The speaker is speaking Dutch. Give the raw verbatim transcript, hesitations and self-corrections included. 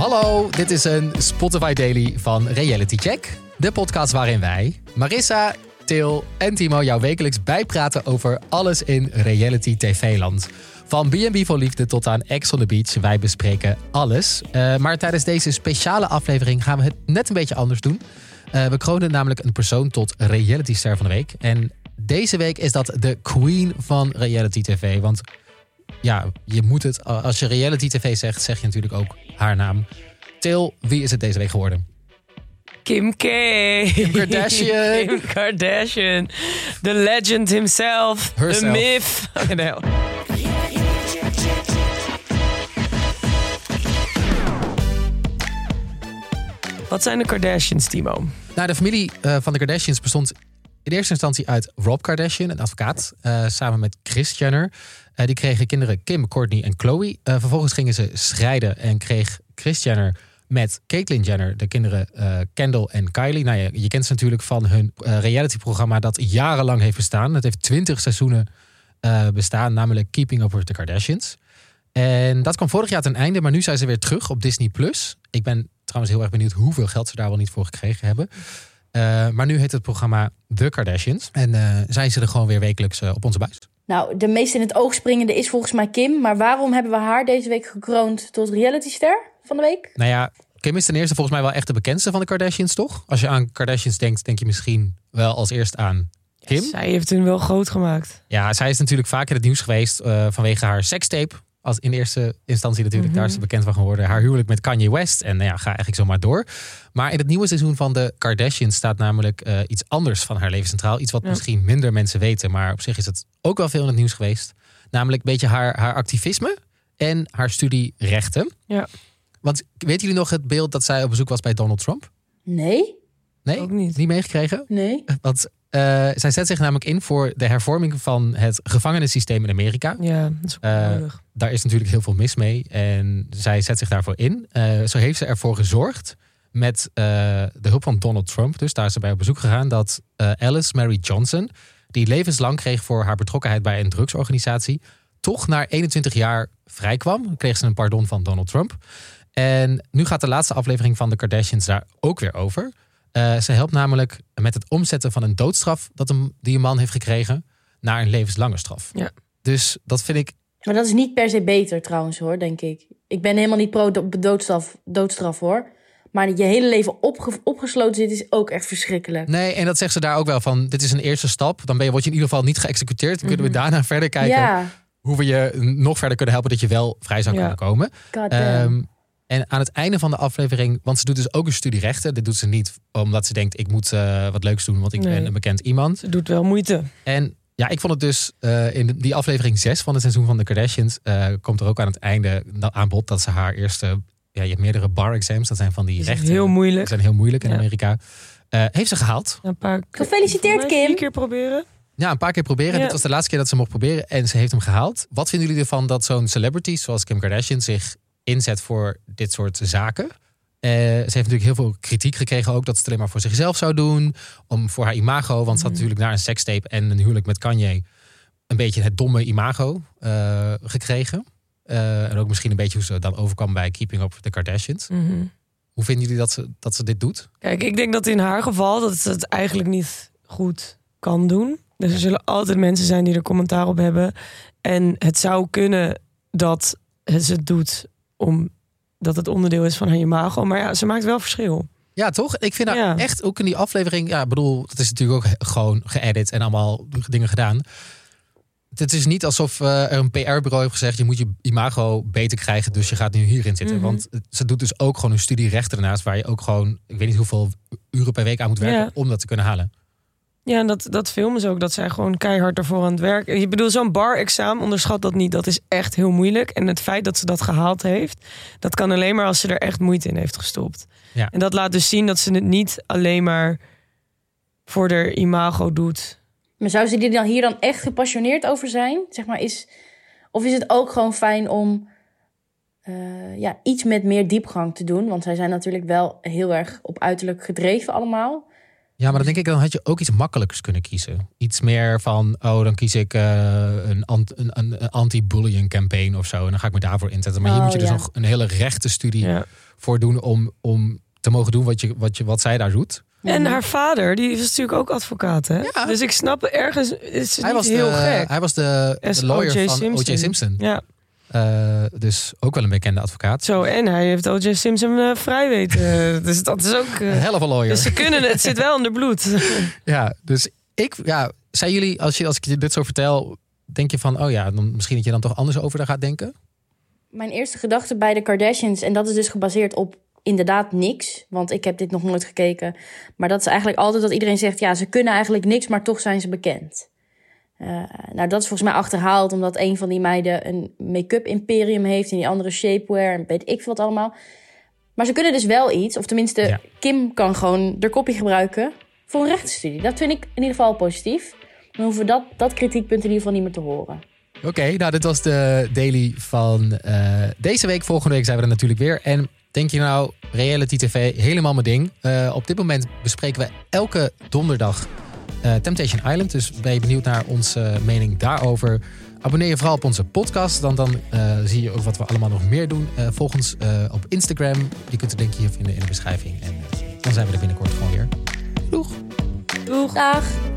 Hallo, dit is een Spotify Daily van Reality Check. De podcast waarin wij, Marissa, Til en Timo jou wekelijks bijpraten over alles in reality tv-land. Van B en B voor Liefde tot aan Ex on the Beach, wij bespreken alles. Uh, maar tijdens deze speciale aflevering gaan we het net een beetje anders doen. Uh, we kronen namelijk een persoon tot realityster van de week. En deze week is dat de queen van reality tv. Want ja, je moet het, als je reality tv zegt, zeg je natuurlijk ook haar naam. Til, wie is het deze week geworden? Kim K. Kim Kardashian. Kim Kardashian. The legend himself. Herself. The myth. Okay, nee. Wat zijn de Kardashians, Timo? Nou, de familie uh, van de Kardashians bestond in eerste instantie uit Rob Kardashian, een advocaat, uh, samen met Kris Jenner. Uh, die kregen kinderen Kim, Kourtney en Khloe. Uh, vervolgens gingen ze scheiden en kreeg Kris Jenner met Caitlyn Jenner de kinderen uh, Kendall en Kylie. Nou, je, je kent ze natuurlijk van hun uh, realityprogramma dat jarenlang heeft bestaan. Het heeft twintig seizoenen uh, bestaan, namelijk Keeping Up with the Kardashians. En dat kwam vorig jaar ten einde, maar nu zijn ze weer terug op Disney plus. Ik ben trouwens heel erg benieuwd hoeveel geld ze daar wel niet voor gekregen hebben. Uh, maar nu heet het programma The Kardashians. En uh, zijn ze er gewoon weer wekelijks uh, op onze buis. Nou, de meest in het oog springende is volgens mij Kim. Maar waarom hebben we haar deze week gekroond tot realityster van de week? Nou ja, Kim is ten eerste volgens mij wel echt de bekendste van de Kardashians, toch? Als je aan Kardashians denkt, denk je misschien wel als eerst aan Kim. Ja, zij heeft hun wel groot gemaakt. Ja, zij is natuurlijk vaak in het nieuws geweest uh, vanwege haar sekstape. Als in eerste instantie natuurlijk, mm-hmm. daar is ze bekend van geworden. Haar huwelijk met Kanye West. En nou ja, ga eigenlijk zomaar door. Maar in het nieuwe seizoen van de Kardashians staat namelijk uh, iets anders van haar leven centraal. Iets wat ja. misschien minder mensen weten. Maar op zich is het ook wel veel in het nieuws geweest. Namelijk een beetje haar, haar activisme en haar studie rechten. Ja. Want weten jullie nog het beeld dat zij op bezoek was bij Donald Trump? Nee. Nee? Ook niet. Niet meegekregen? Nee. Want uh, zij zet zich namelijk in voor de hervorming van het gevangenissysteem in Amerika. Ja, dat is ook uh, nodig. Daar is natuurlijk heel veel mis mee. En zij zet zich daarvoor in. Uh, zo heeft ze ervoor gezorgd met uh, de hulp van Donald Trump. Dus daar is ze bij op bezoek gegaan dat uh, Alice Mary Johnson, die levenslang kreeg voor haar betrokkenheid bij een drugsorganisatie, toch na eenentwintig jaar vrijkwam. Dan kreeg ze een pardon van Donald Trump. En nu gaat de laatste aflevering van de Kardashians daar ook weer over. Uh, ze helpt namelijk met het omzetten van een doodstraf dat een, die een man heeft gekregen naar een levenslange straf. Ja. Dus dat vind ik. Maar dat is niet per se beter trouwens hoor, denk ik. Ik ben helemaal niet pro doodstraf, doodstraf hoor. Maar dat je hele leven opge- opgesloten zit is ook echt verschrikkelijk. Nee, en dat zegt ze daar ook wel van. Dit is een eerste stap. Dan ben je, word je in ieder geval niet geëxecuteerd. Dan kunnen we daarna verder kijken Ja. hoe we je nog verder kunnen helpen dat je wel vrij zou Ja. kunnen komen. Um, en aan het einde van de aflevering, want ze doet dus ook een studie rechten. Dit doet ze niet omdat ze denkt, ik moet uh, wat leuks doen, want ik Nee. ben een bekend iemand. Ze doet wel moeite. En ja, ik vond het dus uh, in die aflevering zes van het seizoen van de Kardashians uh, komt er ook aan het einde aan bod dat ze haar eerste, ja, je hebt meerdere bar exams, dat zijn van die Dat is rechten. heel moeilijk. Die zijn heel moeilijk in Ja. Amerika. Uh, heeft ze gehaald. Een paar Gefeliciteerd, Kim. Een keer proberen. Ja, een paar keer proberen. Ja. Dit was de laatste keer dat ze mocht proberen en ze heeft hem gehaald. Wat vinden jullie ervan dat zo'n celebrity zoals Kim Kardashian zich inzet voor dit soort zaken? Uh, ze heeft natuurlijk heel veel kritiek gekregen ook dat ze het alleen maar voor zichzelf zou doen. Om voor haar imago, want mm. ze had natuurlijk na een sekstape en een huwelijk met Kanye een beetje het domme imago uh, gekregen. Uh, en ook misschien een beetje hoe ze dan overkwam bij Keeping Up with the Kardashians. Mm-hmm. Hoe vinden jullie dat ze, dat ze dit doet? Kijk, ik denk dat in haar geval dat ze het eigenlijk niet goed kan doen. Dus er zullen altijd mensen zijn die er commentaar op hebben. En het zou kunnen dat ze het doet om dat het onderdeel is van haar imago. Maar ja, ze maakt wel verschil. Ja, toch? Ik vind haar Ja. echt ook in die aflevering. Ja, bedoel, dat is natuurlijk ook gewoon geëdit en allemaal dingen gedaan. Het is niet alsof uh, er een P R-bureau heeft gezegd, je moet je imago beter krijgen, dus je gaat nu hierin zitten. Mm-hmm. Want ze doet dus ook gewoon een studie rechten ernaast, waar je ook gewoon, ik weet niet hoeveel uren per week aan moet werken Ja. om dat te kunnen halen. Ja, en dat, dat filmen ze ook. Dat zij gewoon keihard ervoor aan het werk. Je bedoelt, zo'n bar-examen, onderschat dat niet. Dat is echt heel moeilijk. En het feit dat ze dat gehaald heeft, dat kan alleen maar als ze er echt moeite in heeft gestopt. Ja. En dat laat dus zien dat ze het niet alleen maar voor haar imago doet. Maar zou ze dan hier dan echt gepassioneerd over zijn? Zeg maar, is, of is het ook gewoon fijn om uh, ja, iets met meer diepgang te doen? Want zij zijn natuurlijk wel heel erg op uiterlijk gedreven allemaal. Ja, maar dan denk ik, dan had je ook iets makkelijkers kunnen kiezen. Iets meer van, oh, dan kies ik uh, een, ant, een, een anti-bullying campaign of zo. En dan ga ik me daarvoor inzetten. Maar oh, hier moet je dus ja. nog een hele rechte studie Ja. voor doen om, om te mogen doen wat, je, wat, je, wat zij daar doet. En haar vader, die was natuurlijk ook advocaat, hè? Ja. Dus ik snap ergens, is het hij niet was heel de, gek. Hij was de, de lawyer O J van Simpson. O J Simpson. Ja. Uh, dus ook wel een bekende advocaat. Zo, en hij heeft O J Simpson uh, vrij weten. Dus dat is ook... Uh, een hell of a lawyer. Dus ze kunnen, het zit wel in de bloed. Ja, dus ik... Ja, zijn jullie, als, je, als ik je dit zo vertel, denk je van, oh ja, dan, misschien dat je dan toch anders over daar gaat denken? Mijn eerste gedachte bij de Kardashians, en dat is dus gebaseerd op inderdaad niks, want ik heb dit nog nooit gekeken, maar dat is eigenlijk altijd dat iedereen zegt, ja, ze kunnen eigenlijk niks, maar toch zijn ze bekend. Uh, nou, dat is volgens mij achterhaald, omdat een van die meiden een make-up imperium heeft en die andere shapewear en weet ik veel wat allemaal. Maar ze kunnen dus wel iets, of tenminste, ja. Kim kan gewoon haar kopie gebruiken voor een rechtenstudie. Dat vind ik in ieder geval positief. Dan hoeven we dat, dat kritiekpunt in ieder geval niet meer te horen. Oké, okay, nou dit was de daily van uh, deze week. Volgende week zijn we er natuurlijk weer. En denk je nou, reality tv, helemaal mijn ding. Uh, op dit moment bespreken we elke donderdag uh, Temptation Island. Dus ben je benieuwd naar onze mening daarover? Abonneer je vooral op onze podcast. Dan, dan uh, zie je ook wat we allemaal nog meer doen. Uh, volg ons uh, op Instagram. Je kunt het denk ik hier vinden in de beschrijving. En uh, dan zijn we er binnenkort gewoon weer. Doeg! Doeg! Dag!